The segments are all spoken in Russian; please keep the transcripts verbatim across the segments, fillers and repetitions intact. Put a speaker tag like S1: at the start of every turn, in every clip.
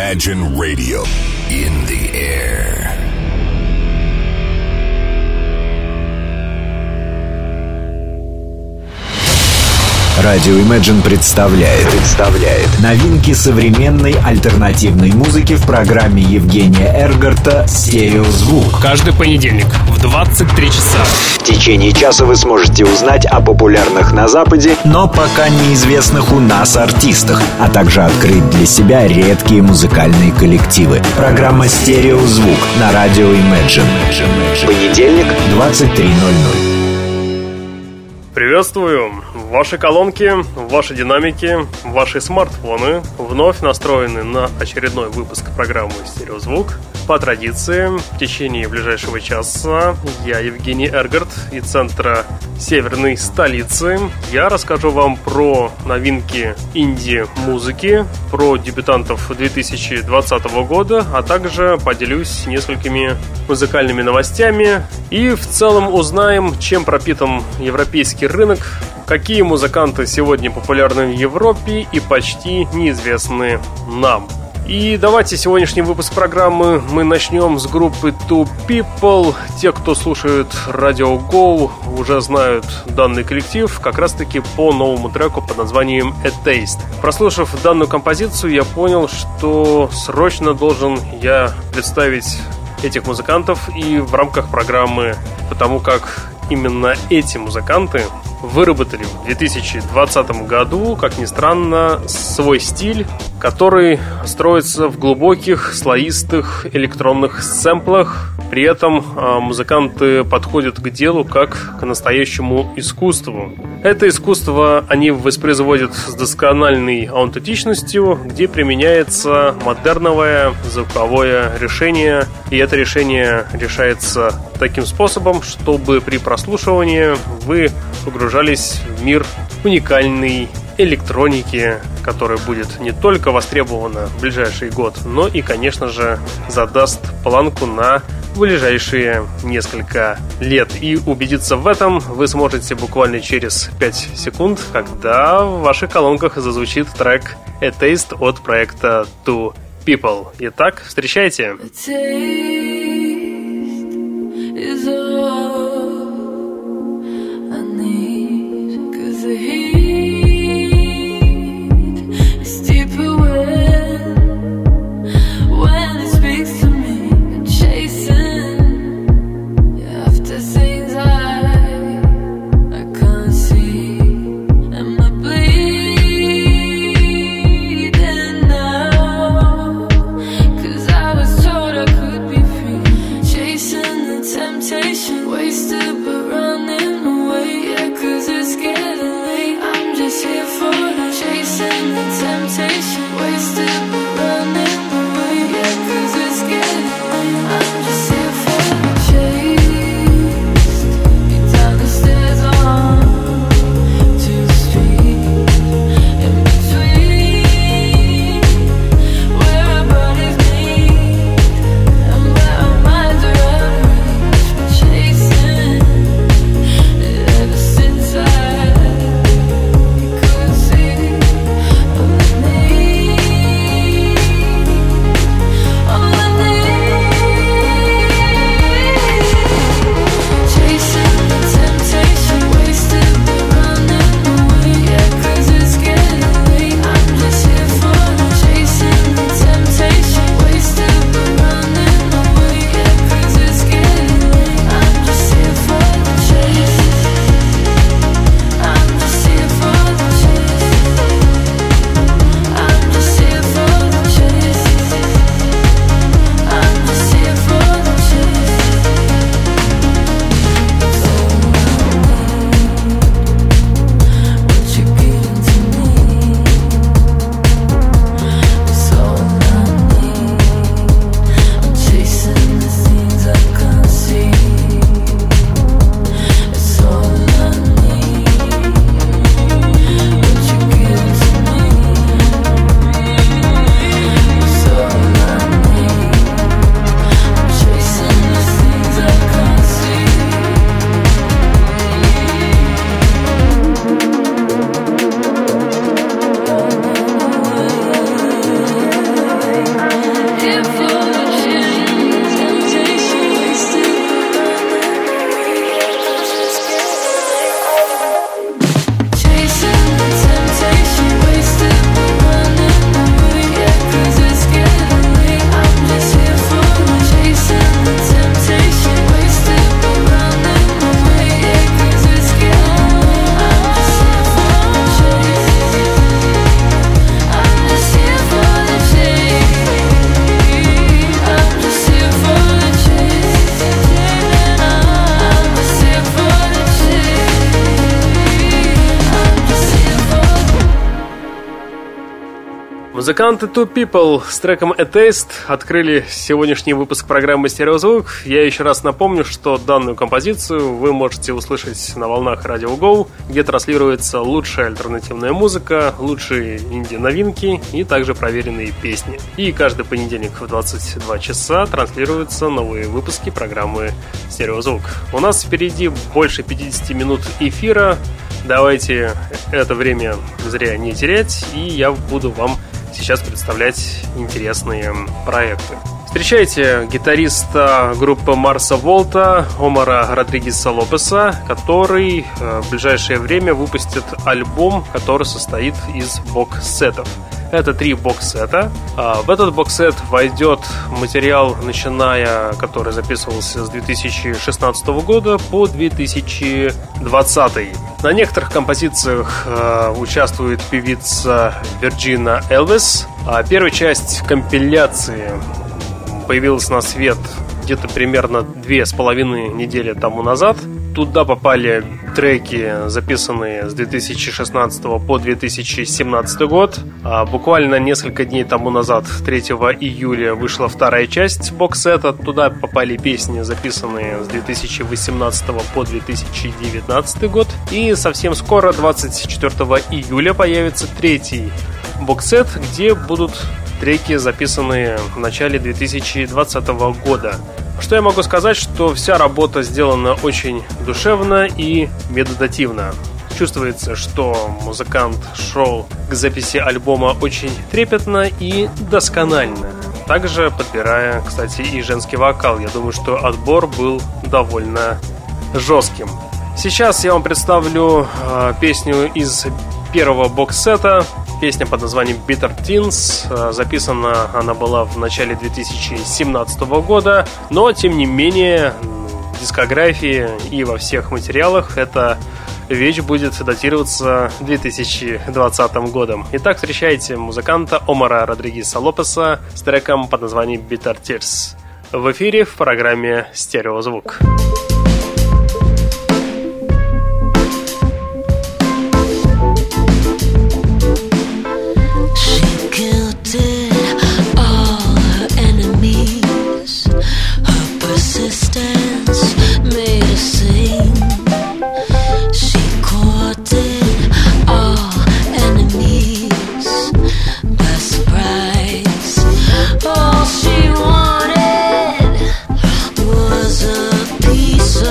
S1: Imagine Radio in the air.
S2: Радио Imagine представляет, представляет новинки современной альтернативной музыки в программе Евгения Эргарта «Стереозвук».
S3: Каждый понедельник в двадцать три часа.
S2: В течение часа вы сможете узнать о популярных на Западе, но пока неизвестных у нас артистах, а также открыть для себя редкие музыкальные коллективы. Программа «Стереозвук» на радио Imagine. Понедельник, двадцать три ноль ноль.
S3: Приветствую! Ваши колонки, ваши динамики, ваши смартфоны вновь настроены на очередной выпуск программы «Стереозвук». По традиции, в течение ближайшего часа я, Евгений Эргарт, из центра северной столицы. Я расскажу вам про новинки инди-музыки, про дебютантов две тысячи двадцатого года, а также поделюсь несколькими музыкальными новостями и в целом узнаем, чем пропитан европейский рынок, какие музыканты сегодня популярны в Европе и почти неизвестны нам. И давайте сегодняшний выпуск программы мы начнем с группы Two People. Те, кто слушает Radio Go, уже знают данный коллектив как раз-таки по новому треку под названием A Taste. Прослушав данную композицию, я понял, что срочно должен я представить этих музыкантов и в рамках программы, потому как именно эти музыканты выработали в две тысячи двадцатом году, как ни странно, свой стиль, который строится в глубоких, слоистых электронных сэмплах. При этом э, музыканты подходят к делу как к настоящему искусству. Это искусство они воспроизводят с доскональной аутентичностью, где применяется модерновое звуковое решение. И это решение решается таким способом, чтобы при прослушивании вы погружались в мир уникальной электроники, которая будет не только востребована в ближайший год, но и, конечно же, задаст планку на ближайшие несколько лет. И убедиться в этом вы сможете буквально через пять секунд, когда в ваших колонках зазвучит трек A Taste от проекта Two People. Итак, встречайте!
S4: Cause I was told I could be free.
S3: Музыканты Two People с треком A Taste открыли сегодняшний выпуск программы «Стереозвук». Я еще раз напомню, что данную композицию вы можете услышать на волнах Радио Go, где транслируется лучшая альтернативная музыка, лучшие инди-новинки и также проверенные песни. И каждый понедельник в двадцать два часа транслируются новые выпуски программы «Стереозвук». У нас впереди больше пятьдесят минут эфира. Давайте это время зря не терять, и я буду вам сейчас представлять интересные проекты. Встречайте гитариста группы Марса Волта Омара Родригеса Лопеса, который в ближайшее время выпустит альбом, который состоит из бокс-сетов. Это три бокс-сета. В этот бокс-сет войдет материал, начиная, который записывался с две тысячи шестнадцатого года по две тысячи двадцатый. На некоторых композициях э, участвует певица Вирджина Элвис. А первая часть компиляции появилась на свет где-то примерно две с половиной недели тому назад. Туда попали треки, записанные с две тысячи шестнадцатого по две тысячи семнадцатый год. А буквально несколько дней тому назад, третьего июля, вышла вторая часть бокс-сета. Туда попали песни, записанные с две тысячи восемнадцатого по две тысячи девятнадцатый год. И совсем скоро, двадцать четвёртого июля, появится третий бокс-сет, где будут треки, записанные в начале две тысячи двадцатого года. Что я могу сказать, что вся работа сделана очень душевно и медитативно. Чувствуется, что музыкант шел к записи альбома очень трепетно и досконально. Также подбирая, кстати, и женский вокал. Я думаю, что отбор был довольно жестким. Сейчас я вам представлю э, песню из первого бокс-сета. Песня под названием Bitter Teens. Записана она была в начале две тысячи семнадцатого года, но тем не менее в дискографии и во всех материалах эта вещь будет датироваться две тысячи двадцатым годом. Итак, встречайте музыканта Омара Родригеса Лопеса с треком под названием Bitter Tears в эфире в программе «Стереозвук».
S4: All she wanted was a piece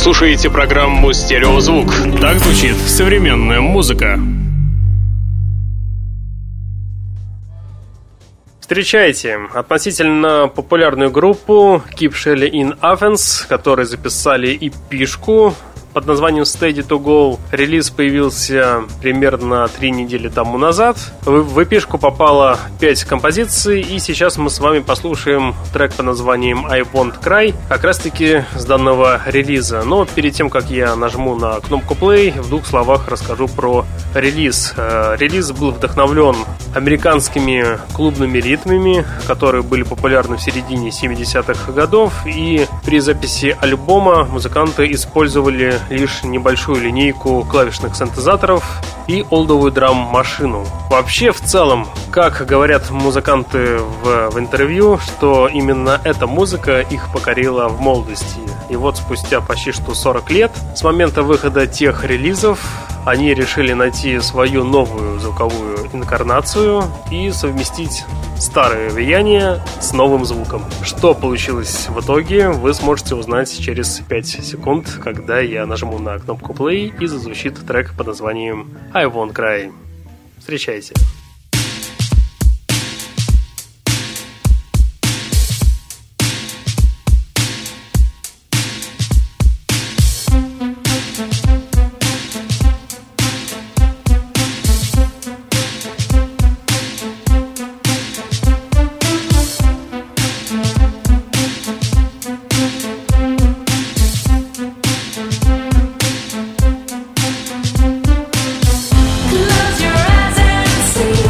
S3: слушаете программу «Стереозвук». Так звучит современная музыка. Встречайте относительно популярную группу Keep Shelly in Athens, которые записали и пи-шку под названием Steady to Go. Релиз появился примерно три недели тому назад. В эпишку попало пять композиций, и сейчас мы с вами послушаем трек под названием I Won't Cry, как раз таки с данного релиза. Но перед тем, как я нажму на кнопку play, в двух словах расскажу про релиз. Релиз был вдохновлен американскими клубными ритмами, которые были популярны в середине семидесятых годов, и при записи альбома музыканты использовали лишь небольшую линейку клавишных синтезаторов и олдовую драм-машину. Вообще, в целом, как говорят музыканты в, в интервью, что именно эта музыка их покорила в молодости. И вот спустя почти что сорок лет с момента выхода тех релизов они решили найти свою новую звуковую инкарнацию и совместить старое влияние с новым звуком. Что получилось в итоге, вы сможете узнать через пять секунд, когда я нажму на кнопку play и зазвучит трек под названием I Won't Cry. Встречайте.
S4: Close your eyes and see.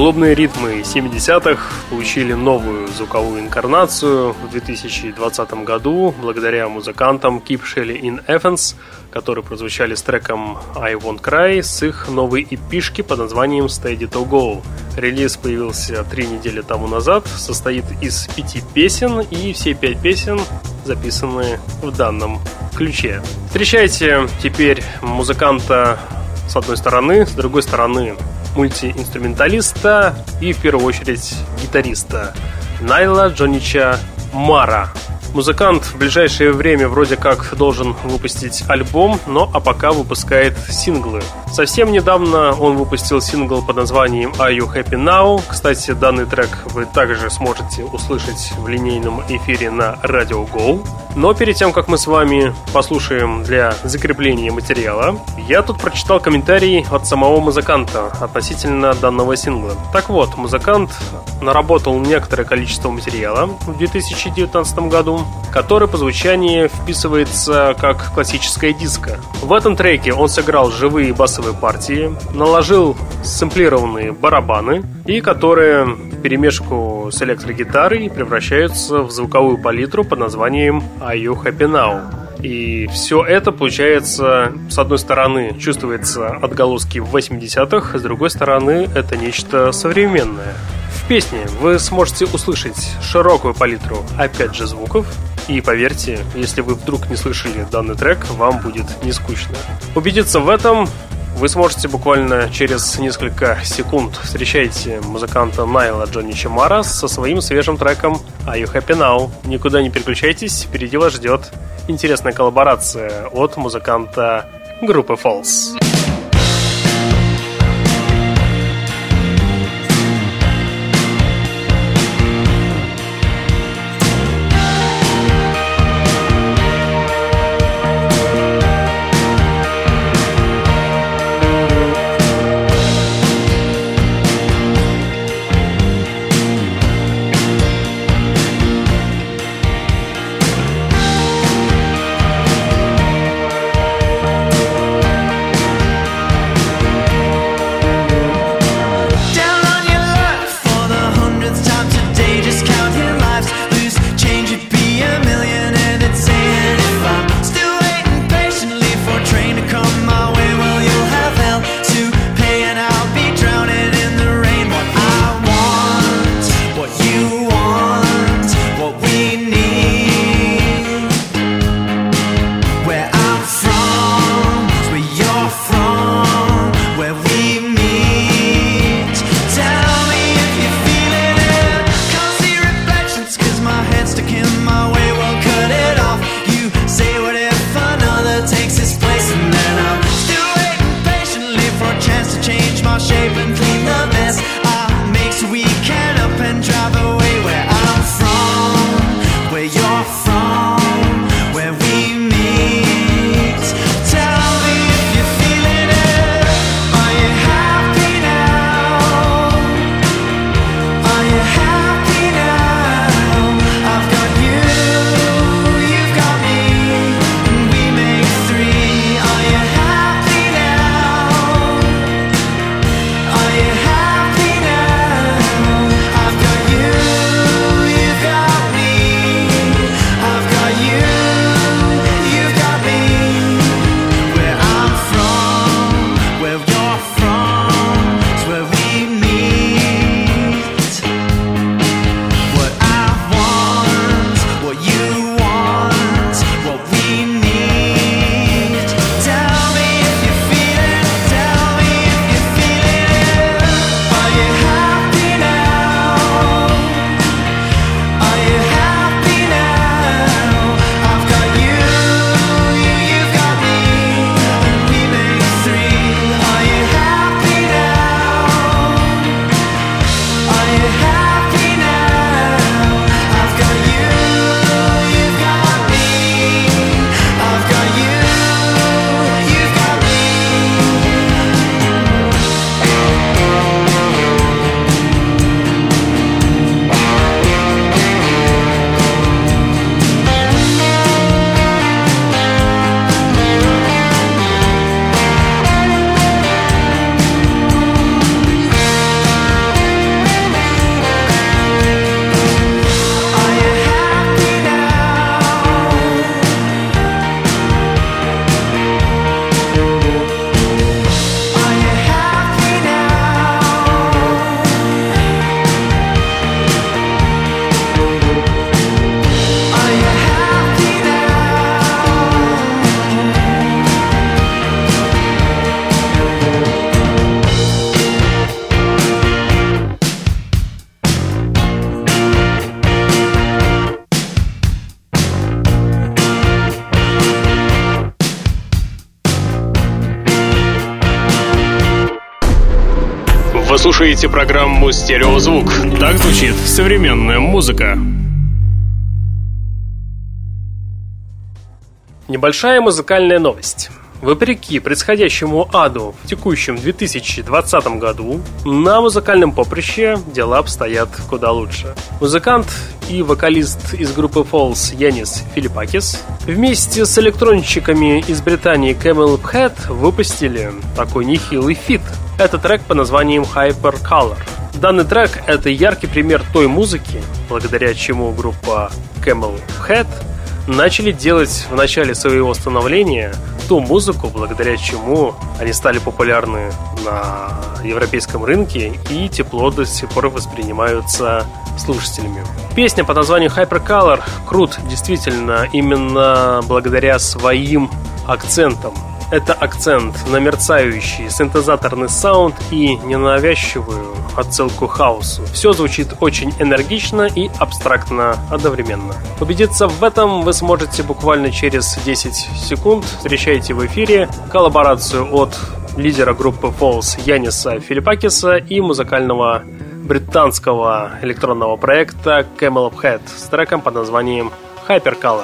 S3: Клубные ритмы семидесятых получили новую звуковую инкарнацию в две тысячи двадцатом году благодаря музыкантам Kip Shelley и Evans, которые прозвучали с треком I Won't Cry с их новой эпишки под названием Steady to Go. Релиз появился три недели тому назад, состоит из пяти песен, и все пять песен записаны в данном ключе. Встречайте теперь музыканта с одной стороны, с другой стороны мультиинструменталиста и в первую очередь гитариста Найла Джонича Мара. Музыкант в ближайшее время вроде как должен выпустить альбом, но а пока выпускает синглы. Совсем недавно он выпустил сингл под названием Are You Happy Now? Кстати, данный трек вы также сможете услышать в линейном эфире на Radio Go. Но перед тем, как мы с вами послушаем для закрепления материала, я тут прочитал комментарий от самого музыканта относительно данного сингла. Так вот, музыкант наработал некоторое количество материала в две тысячи девятнадцатом году, который по звучанию вписывается как классическая диско. В этом треке он сыграл живые басовые партии, наложил сэмплированные барабаны, и которые вперемешку с электрогитарой превращаются в звуковую палитру под названием Are You Happy Now? И все это получается, с одной стороны, чувствуется отголоски восьмидесятых, с другой стороны, это нечто современное. В песне вы сможете услышать широкую палитру, опять же, звуков. И поверьте, если вы вдруг не слышали данный трек, вам будет не скучно. Убедиться в этом вы сможете буквально через несколько секунд. Встречайте музыканта Найла Джонича Мара со своим свежим треком Are You Happy Now? Никуда не переключайтесь, впереди вас ждет интересная коллаборация от музыканта группы Falls.
S4: Are you happy
S3: Вы слушаете программу «Стереозвук». Так звучит современная музыка. Небольшая музыкальная новость. Вопреки происходящему аду в текущем две тысячи двадцатом году, на музыкальном поприще дела обстоят куда лучше. Музыкант и вокалист из группы Falls Янис Филиппакис вместе с электронщиками из Британии Camel Head выпустили такой нехилый фит. Это трек по названием Hypercolor. Данный трек — это яркий пример той музыки, благодаря чему группа Camel Head начали делать в начале своего становления ту музыку, благодаря чему они стали популярны на европейском рынке и тепло до сих пор воспринимаются слушателями. Песня под названием Hypercolor крут действительно именно благодаря своим акцентам. Это акцент на мерцающий синтезаторный саунд и ненавязчивую отсылку к хаосу. Все звучит очень энергично и абстрактно одновременно. Убедиться в этом вы сможете буквально через десять секунд. Встречайте в эфире коллаборацию от лидера группы Falls Яниса Филиппакиса и музыкального британского электронного проекта Camel Head с треком под названием Hypercolor.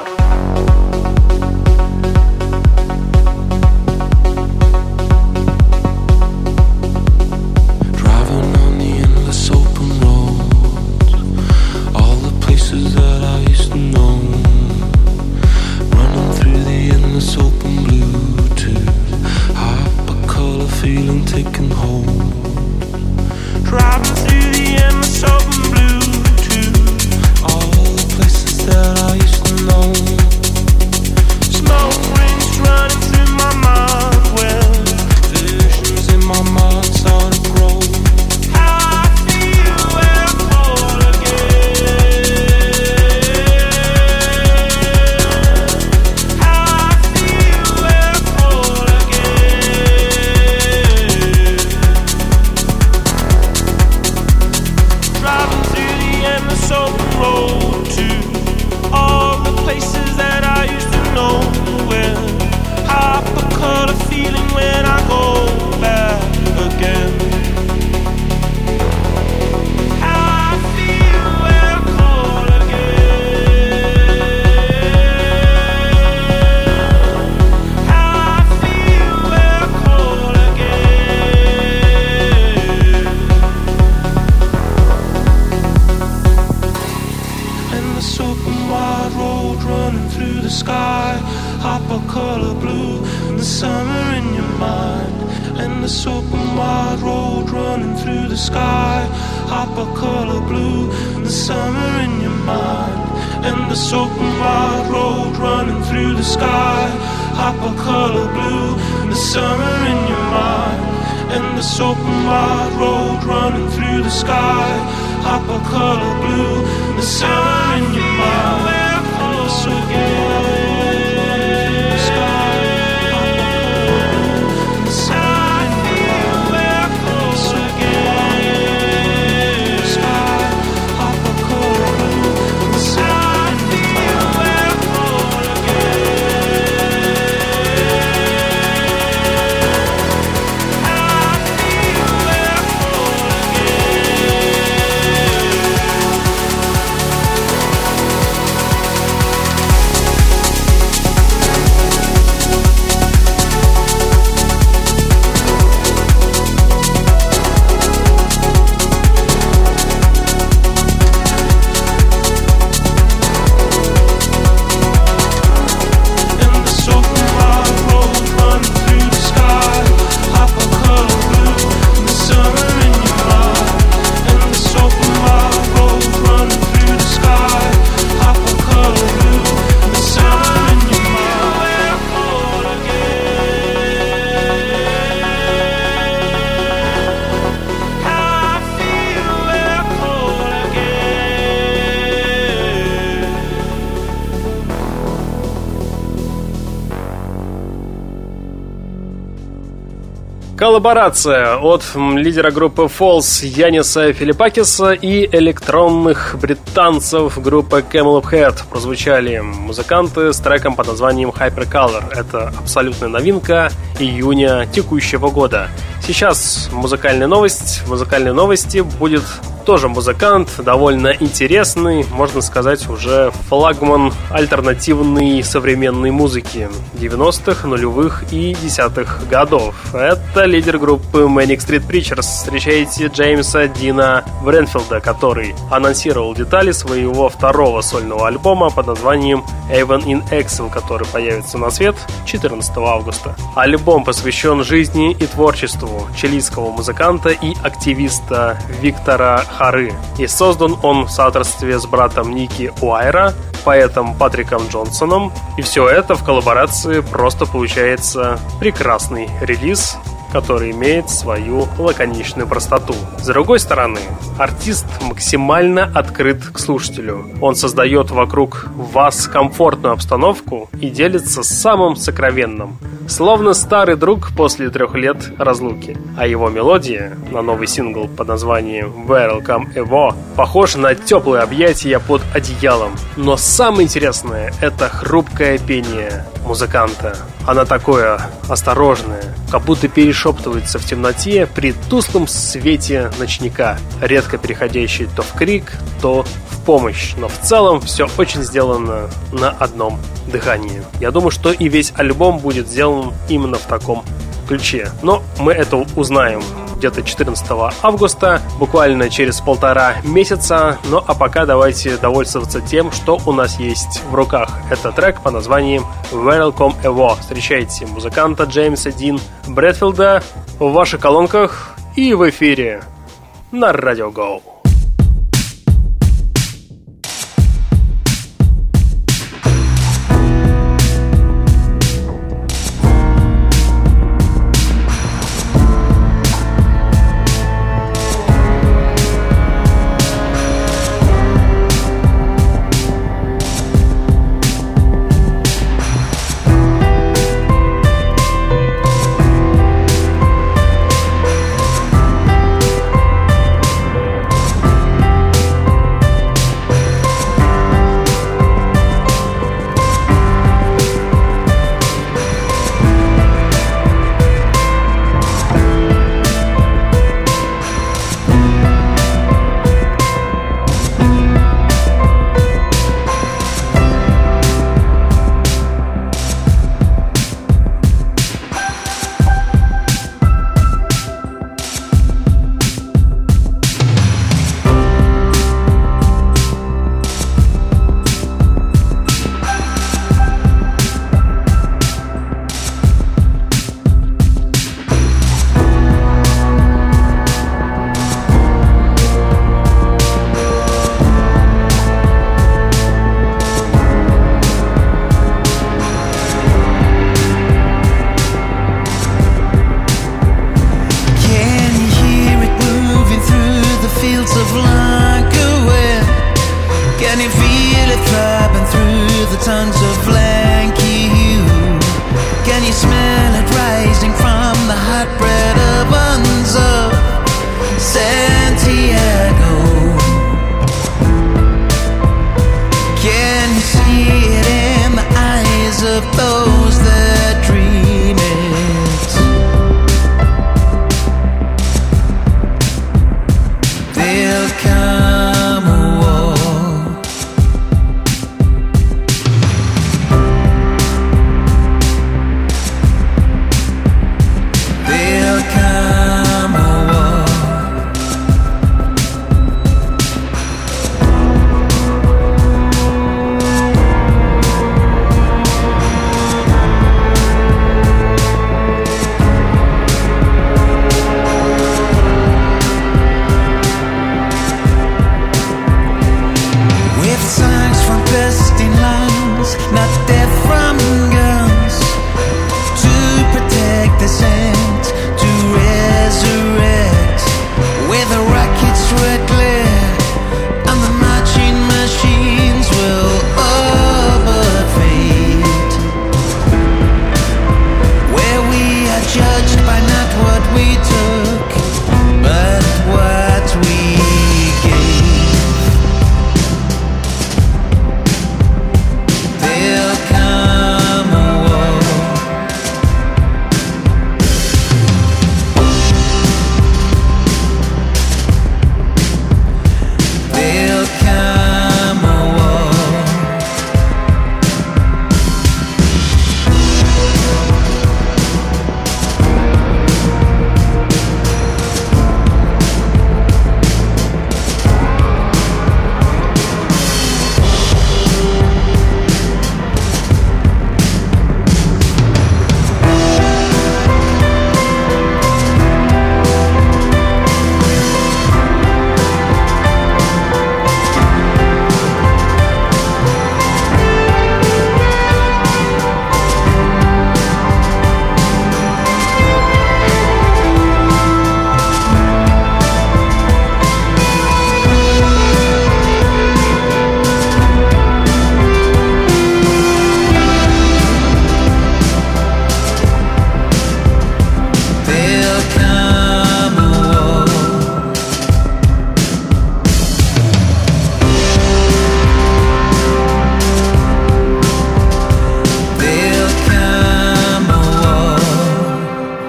S3: Коллаборация от лидера группы Falls Яниса Филиппакиса и электронных британцев группы Camel Head прозвучали музыканты с треком под названием Hypercolor. Это абсолютная новинка июня текущего года. Сейчас музыкальная новость. В музыкальной новости будет тоже музыкант, довольно интересный, можно сказать, уже флагман альтернативной современной музыки девяностых, нулевых и десятых годов. Это лидер группы Manic Street Preachers. Встречаете Джеймса Дина Бренфилда, который анонсировал детали своего второго сольного альбома под названием Even in Exile, который появится на свет четырнадцатого августа. Альбом посвящен жизни и творчеству чилийского музыканта и активиста Виктора Хары. И создан он в соавторстве с братом Ники Уайра, поэтом Патриком Джонсоном. И все это в коллаборации просто получается прекрасный релиз, который имеет свою лаконичную простоту. С другой стороны, артист максимально открыт к слушателю. Он создает вокруг вас комфортную обстановку и делится самым сокровенным, словно старый друг после трех лет разлуки. А его мелодия на новый сингл под названием Welcome Evo похожа на теплые объятия под одеялом. Но самое интересное — это хрупкое пение музыканта. Она такое осторожное, как будто перешептывается в темноте при тусклом свете ночника, редко переходящий то в крик, то в помощь. Но в целом все очень сделано на одном дыхании. Я думаю, что и весь альбом будет сделан именно в таком ключе. Но мы это узнаем где-то четырнадцатого августа, буквально через полтора месяца. Ну а пока давайте довольствоваться тем, что у нас есть в руках. Это трек по названием Welcome Evo. Встречайте музыканта Джеймса Дин Брэдфилда в ваших колонках и в эфире на Radio Go.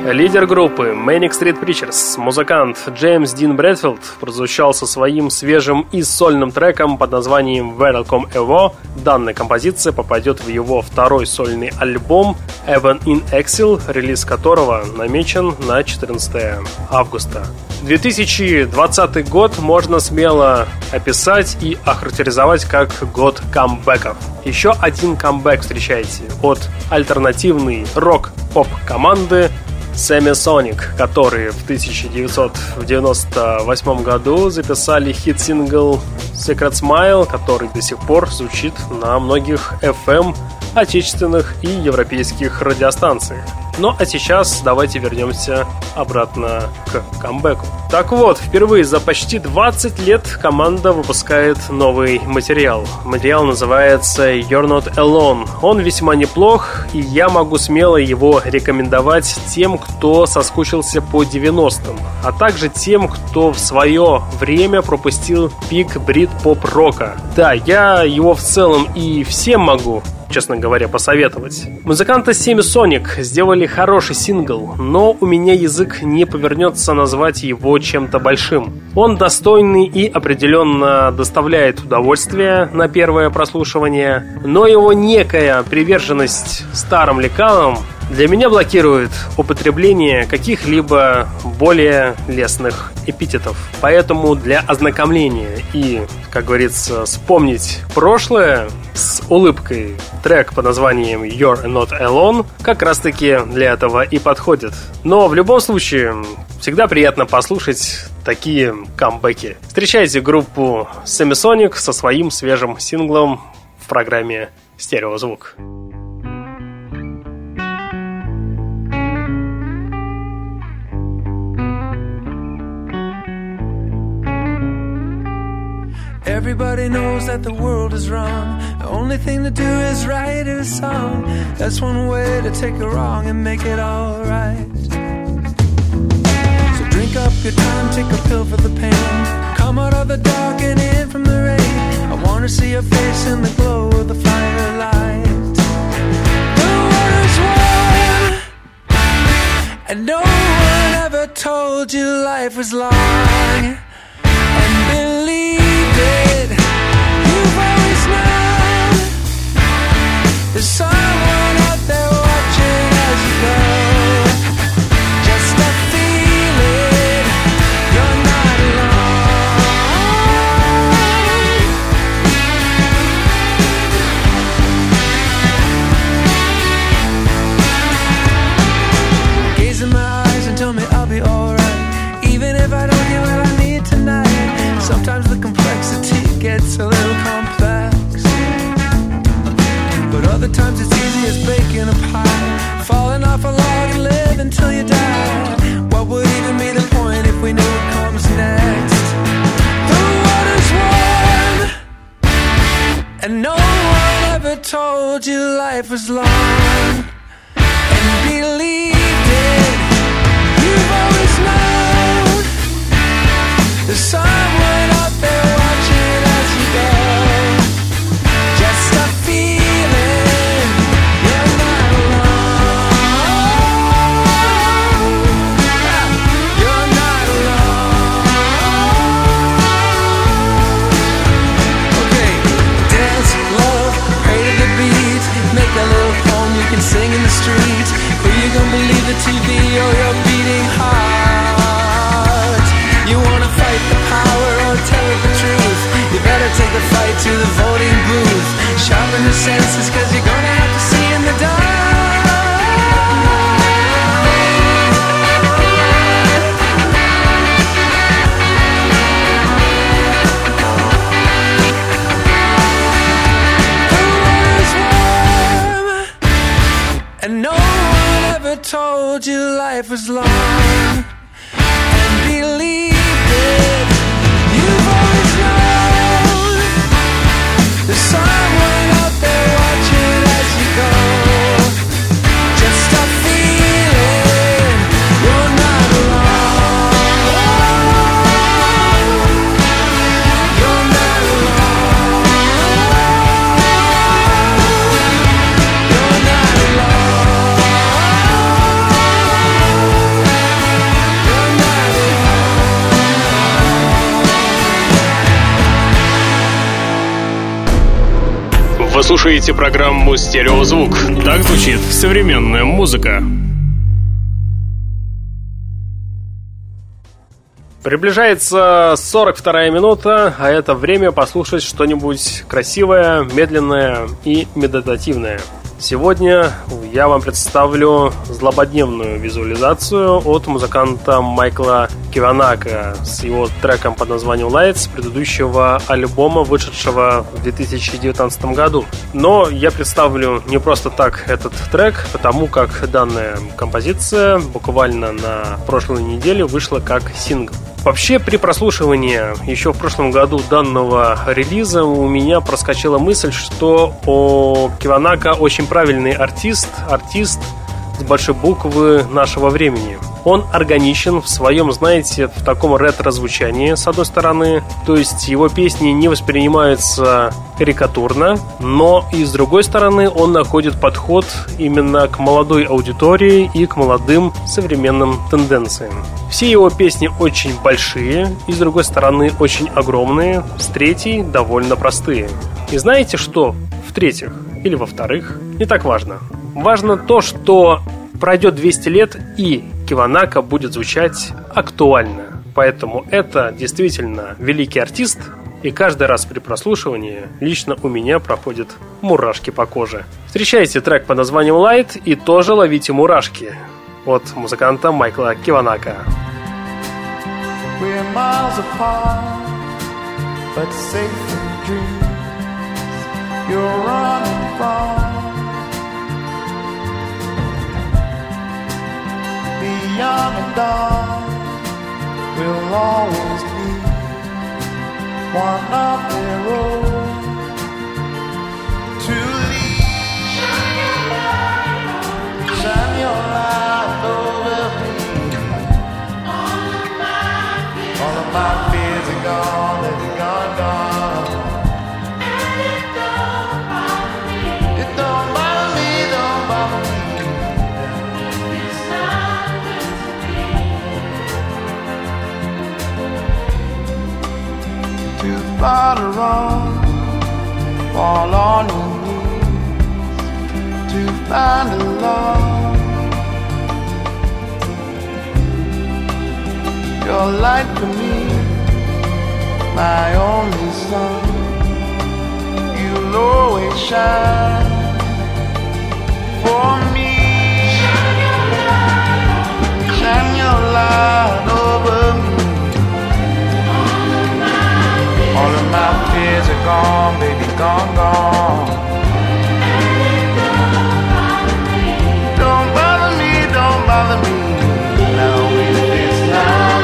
S3: Лидер группы Manic Street Preachers, музыкант Джеймс Дин Брэдфилд, прозвучал со своим свежим и сольным треком под названием Welcome Evo. Данная композиция попадет в его второй сольный альбом Heaven in Exile, релиз которого намечен на четырнадцатое августа. две тысячи двадцатый год можно смело описать и охарактеризовать как год камбэков. Еще один камбэк встречайте от альтернативной рок-поп команды Semisonic, которые в тысяча девятьсот девяносто восьмом году записали хит-сингл Secret Smile, который до сих пор звучит на многих эф эм отечественных и европейских радиостанциях. Ну а сейчас давайте вернемся обратно к камбэку. Так вот, впервые за почти двадцать лет команда выпускает новый материал. Материал называется You're Not Alone. Он весьма неплох, и я могу смело его рекомендовать тем, кто соскучился по девяностым, а также тем, кто в свое время пропустил пик брит-поп-рока. Да, я его в целом и всем могу, честно говоря, посоветовать. Музыканты Semisonic сделали хороший сингл, но у меня язык не повернется назвать его чем-то большим. Он достойный и определенно доставляет удовольствие на первое прослушивание, но его некая приверженность старым лекалам для меня блокирует употребление каких-либо более лестных эпитетов. Поэтому для ознакомления и, как говорится, вспомнить прошлое с улыбкой трек под названием You're Not Alone как раз-таки для этого и подходит. Но в любом случае всегда приятно послушать такие камбэки. Встречайте группу Semisonic со своим свежим синглом в программе «Стереозвук».
S4: Everybody knows that the world is wrong. The only thing to do is write a song. That's one way to take a wrong and make it alright. So drink up your time, take a pill for the pain. Come out of the dark and in from the rain. I wanna see your face in the glow of the firelight. The water's warm, and no one ever told you life was long. And believe it, you've always known there's someone out there watching as you go. Just a feeling, you're not alone. Gaze in my eyes and tell me I'll be alright, even if I don't get what I need tonight. Sometimes the complexity gets a little complex, but other times it's easy as baking a pie, falling off a log and live until you die. What would even be the point if we knew what comes next? The water's warm, and no one ever told you life was long. And believed it, you've always known there's someone out there watching as you go. Just a feeling, you're not alone. You're not alone. Okay, dance, love, pray to the beat. Make a little poem you can sing in the street. Who you gonna believe, the T V or your beating heart? You wanna fight the power or tell the truth? You better take the fight to the voting booth. Sharpen your senses, cause you're gonna have to see in the dark. The water's warm, and no one ever told you life was long. And believe it, you've always known there's someone out there watching as you go. Just a feeling, you're not alone. You're not alone. You're not alone.
S3: Вы слушаете программу «Стереозвук». Так звучит современная музыка. Приближается сорок вторая минута, а это время послушать что-нибудь красивое, медленное и медитативное. Сегодня я вам представлю злободневную визуализацию от музыканта Майкла Киванака с его треком под названием Lights предыдущего альбома, вышедшего в две тысячи девятнадцатом году. Но я представлю не просто так этот трек, потому как данная композиция буквально на прошлой неделе вышла как сингл. Вообще, при прослушивании еще в прошлом году данного релиза у меня проскочила мысль, что о Киванака очень правильный артист, артист с большой буквы нашего времени. Он органичен в своем, знаете, в таком ретро-звучании, с одной стороны, то есть его песни не воспринимаются карикатурно, но и с другой стороны он находит подход именно к молодой аудитории и к молодым современным тенденциям. Все его песни очень большие и с другой стороны очень огромные, с третьей довольно простые. И знаете что? В-третьих или во-вторых, не так важно. Важно то, что пройдет двести лет и Киванака будет звучать актуально. Поэтому это действительно великий артист, и каждый раз при прослушивании лично у меня проходят мурашки по коже. Встречайте трек под названием Light и тоже ловите мурашки от музыканта Майкла Киванака.
S4: We're miles apart, but safe in dreams. You're running from the young and dark. We'll always be one of their own to lead. Shine your light over me. All of my fears are gone, they're gone, gone. And it don't bother me. It don't bother me, don't bother me. It's not meant to be. Too far to run, fall on your knees to find a love. Your light for me, my only sun. You'll always shine for me. Shine your light, shine your light over me. All of my fears are gone, baby, gone, gone. Don't bother me, don't bother me. Now is this time.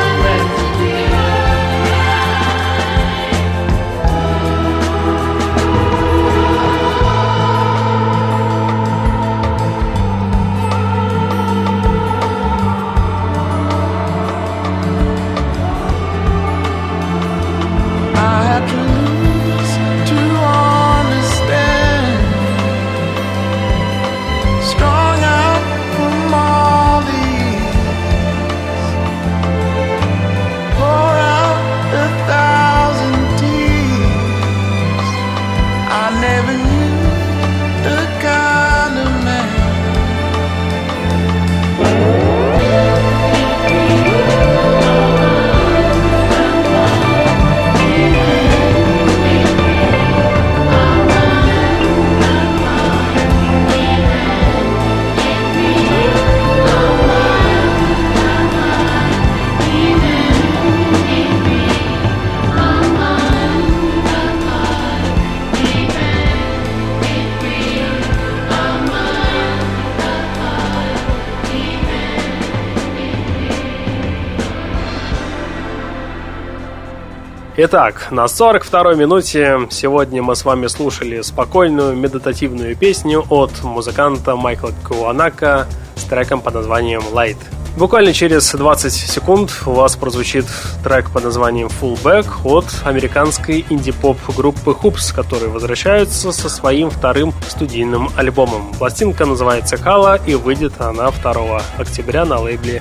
S3: Итак, на сорок второй минуте сегодня мы с вами слушали спокойную медитативную песню от музыканта Майкла Киванака с треком под названием Light. Буквально через двадцать секунд у вас прозвучит трек под названием Fullback от американской инди-поп группы Hoops, которые возвращаются со своим вторым студийным альбомом. Пластинка называется Kala и выйдет она второго октября на лейбле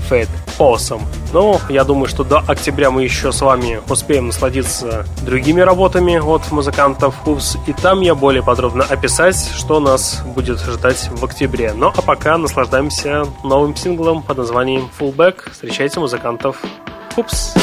S3: Fat Awesome. Но я думаю, что до октября мы еще с вами успеем насладиться другими работами от музыкантов Hoops, и там я более подробно описать, что нас будет ждать в октябре. Ну а пока наслаждаемся новым синглом под названием Fullback. Встречайте музыкантов Hoops.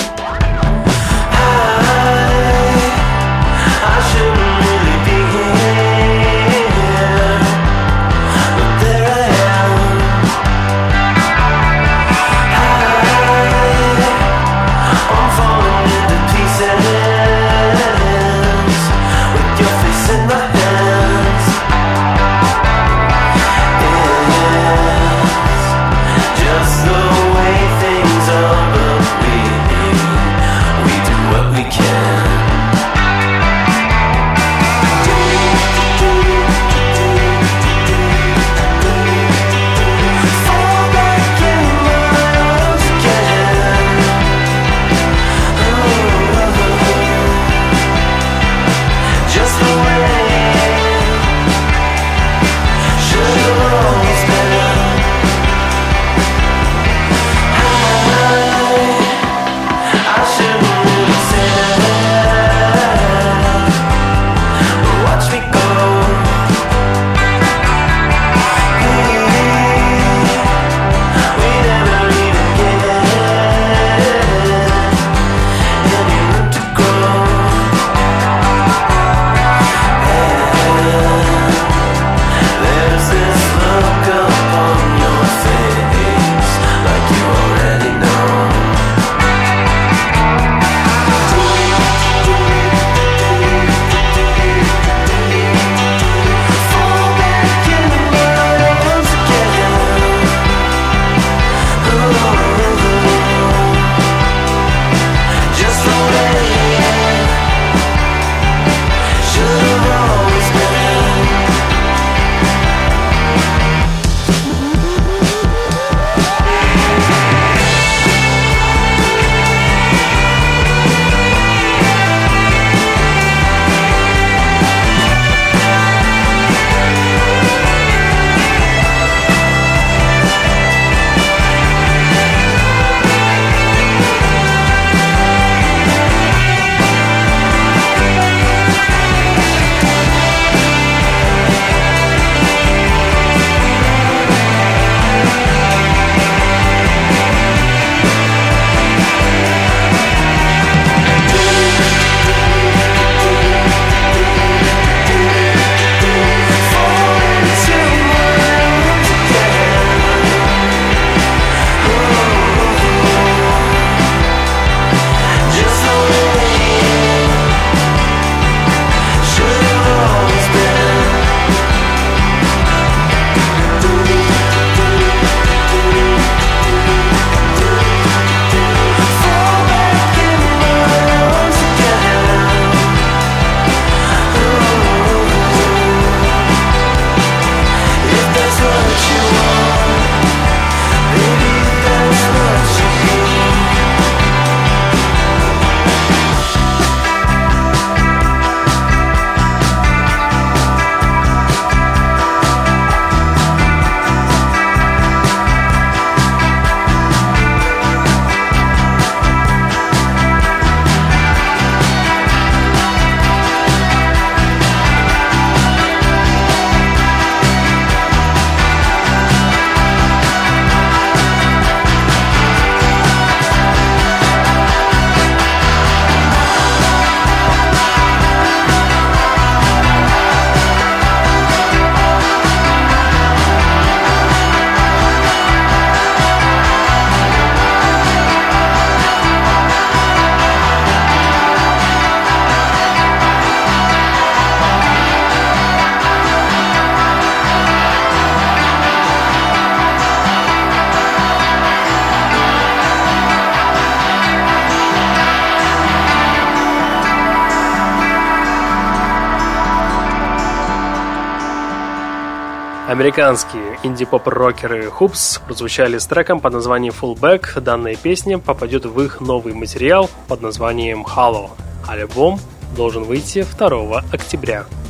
S3: Американские инди-поп-рокеры Hoops прозвучали с треком под названием Fullback. Данная песня попадет в их новый материал под названием Hollow. Альбом должен выйти второго октября.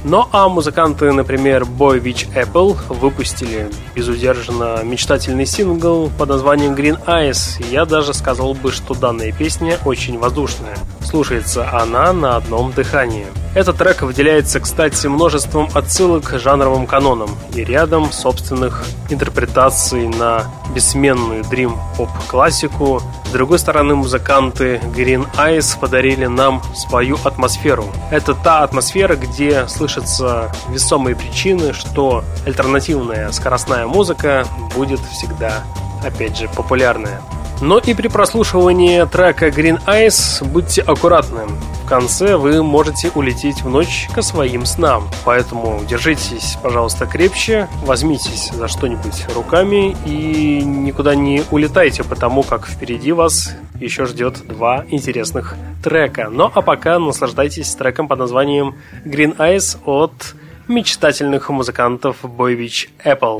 S3: Ну а музыканты, например, Boy Witch Apple, выпустили безудержно мечтательный сингл под названием Green Eyes. Я даже сказал бы, что данная песня очень воздушная. Слушается она на одном дыхании. Этот трек выделяется, кстати, множеством отсылок к жанровым канонам и рядом собственных интерпретаций на бессменную дрим-поп-классику. С другой стороны, музыканты Green Eyes подарили нам свою атмосферу. Это та атмосфера, где слышатся весомые причины, что альтернативная скоростная музыка будет всегда, опять же, популярная. Но и при прослушивании трека Green Eyes будьте аккуратны. В конце вы можете улететь в ночь ко своим снам. Поэтому держитесь, пожалуйста, крепче, возьмитесь за что-нибудь руками и никуда не улетайте, потому как впереди вас еще ждет два интересных трека. Ну а пока наслаждайтесь треком под названием Green Eyes от мечтательных музыкантов Boy Witch Apple.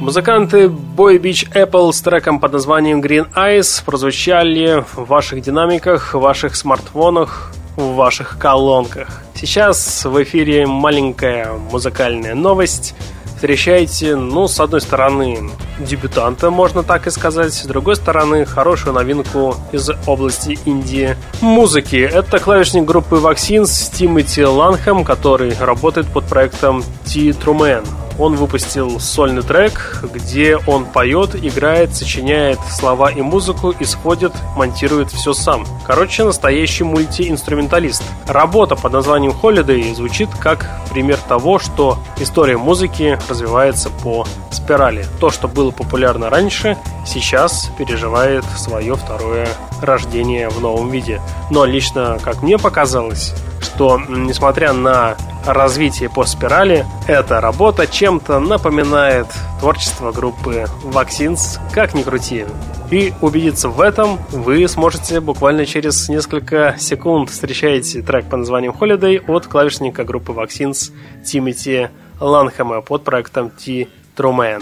S3: Музыканты Boy Beach Apple с треком под названием Green Eyes прозвучали в ваших динамиках, в ваших смартфонах, в ваших колонках. Сейчас в эфире маленькая музыкальная новость. Встречаете, ну, с одной стороны, дебютанта, можно так и сказать, с другой стороны, хорошую новинку из области инди-музыки. Это клавишник группы Vaccines Тимоти Ланхэм, который работает под проектом T-True Man. Он выпустил сольный трек, где он поет, играет, сочиняет слова и музыку и сводит, монтирует все сам. Короче, настоящий мультиинструменталист. Работа под названием Holiday звучит как пример того, что история музыки развивается по спирали. То, что было популярно раньше, сейчас переживает свое второе рождение в новом виде. Но лично, как мне показалось, что, несмотря на развитие по спирали, эта работа чем-то напоминает творчество группы Vaccines, как ни крути. И убедиться в этом вы сможете буквально через несколько секунд. Встречаете трек под названием Holiday от клавишника группы Vaccines Тимоти Ланхэма под проектом T-True Man.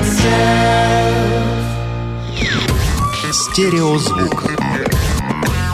S2: Стереозвук.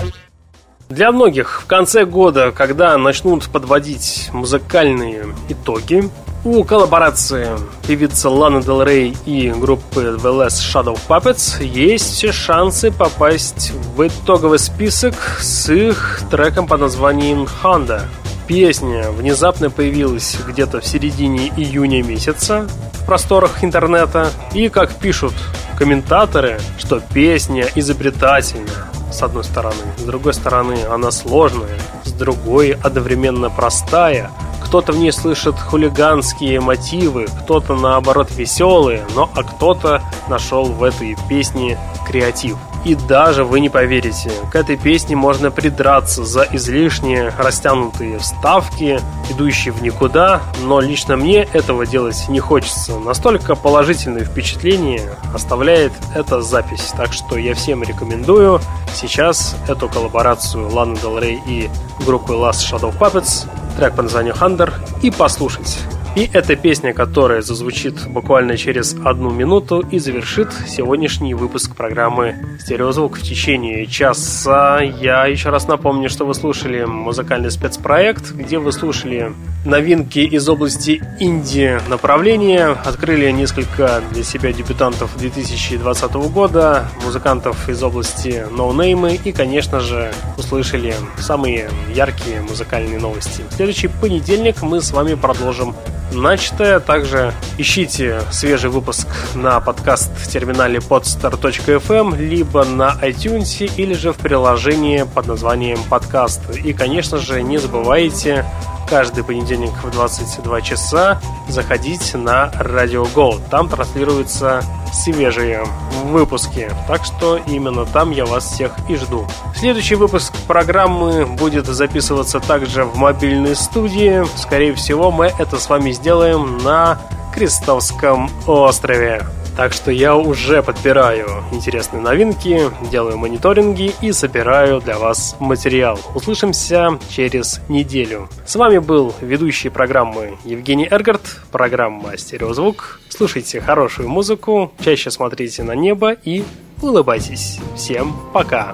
S3: Для многих в конце года, когда начнут подводить музыкальные итоги, у коллаборации певицы Ланы Дель Рей и группы The Last Shadow Puppets есть все шансы попасть в итоговый список с их треком под названием Honda. Песня внезапно появилась где-то в середине июня месяца в просторах интернета, и, как пишут комментаторы, что песня изобретательна, с одной стороны, с другой стороны она сложная, с другой одновременно простая. Кто-то в ней слышит хулиганские мотивы, кто-то наоборот веселые, но а кто-то нашел в этой песне креатив. И даже вы не поверите, к этой песне можно придраться за излишние растянутые вставки, идущие в никуда, но лично мне этого делать не хочется. Настолько положительные впечатления оставляет эта запись, так что я всем рекомендую сейчас эту коллаборацию Ланы Дель Рей и группы Last Shadow Puppets, трек по названию Hunter, и послушать. И эта песня, которая зазвучит буквально через одну минуту и завершит сегодняшний выпуск программы «Стереозвук» в течение часа. Я еще раз напомню, что вы слушали музыкальный спецпроект, где вы слушали новинки из области инди-направления, открыли несколько для себя дебютантов две тысячи двадцатого года, музыкантов из области ноунеймы и, конечно же, услышали самые яркие музыкальные новости. В следующий понедельник мы с вами продолжим начатое. Также ищите свежий выпуск на подкаст-терминале podster точка эф эм, либо на iTunes, или же в приложении под названием «Подкаст». И, конечно же, не забывайте каждый понедельник в двадцать два часа заходить на Радио Go. Там транслируются свежие выпуски. Так что именно там я вас всех и жду. Следующий выпуск программы будет записываться также в мобильной студии. Скорее всего, мы это с вами сделаем на Крестовском острове. Так что я уже подбираю интересные новинки, делаю мониторинги и собираю для вас материал. Услышимся через неделю. С вами был ведущий программы Евгений Эргард, программа «Стереозвук». Слушайте хорошую музыку, чаще смотрите на небо и улыбайтесь. Всем пока!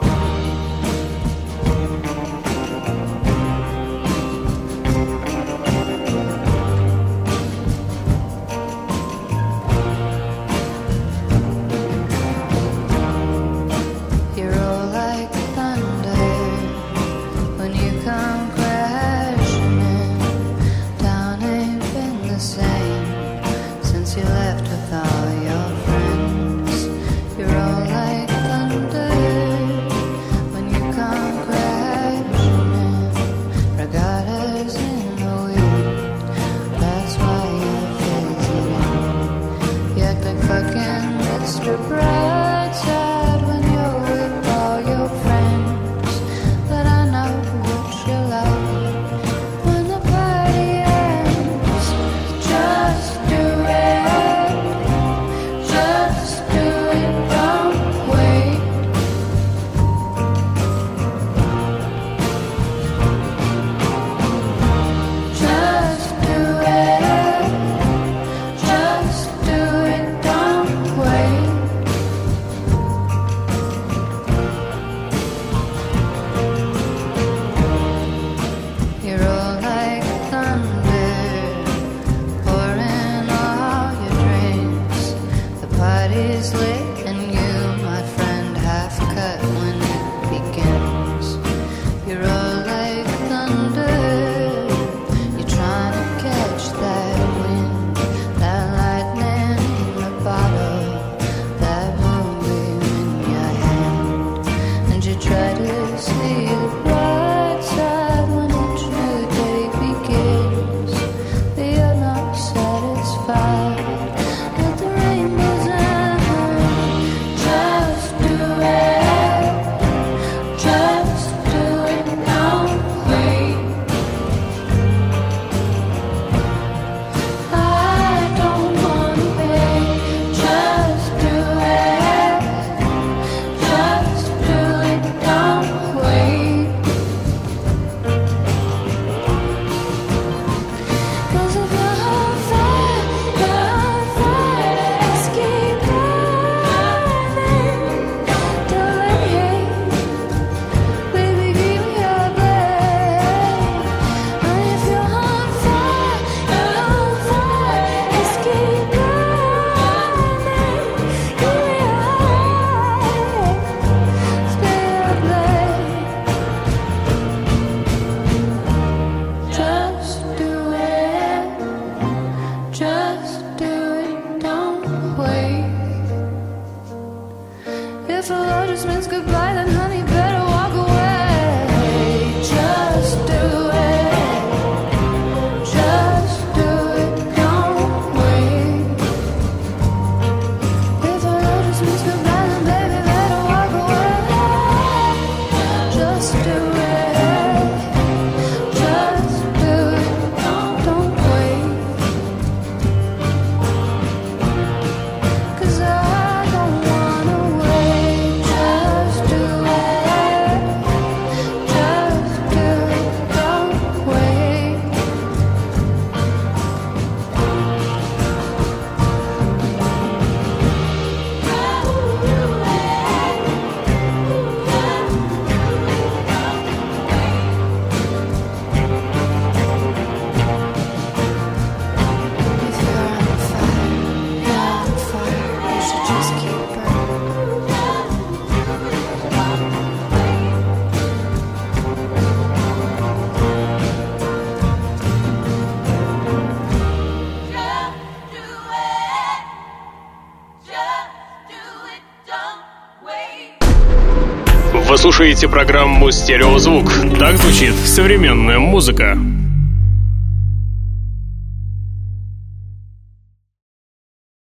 S3: Вы слушаете программу «Стереозвук». Так звучит современная музыка.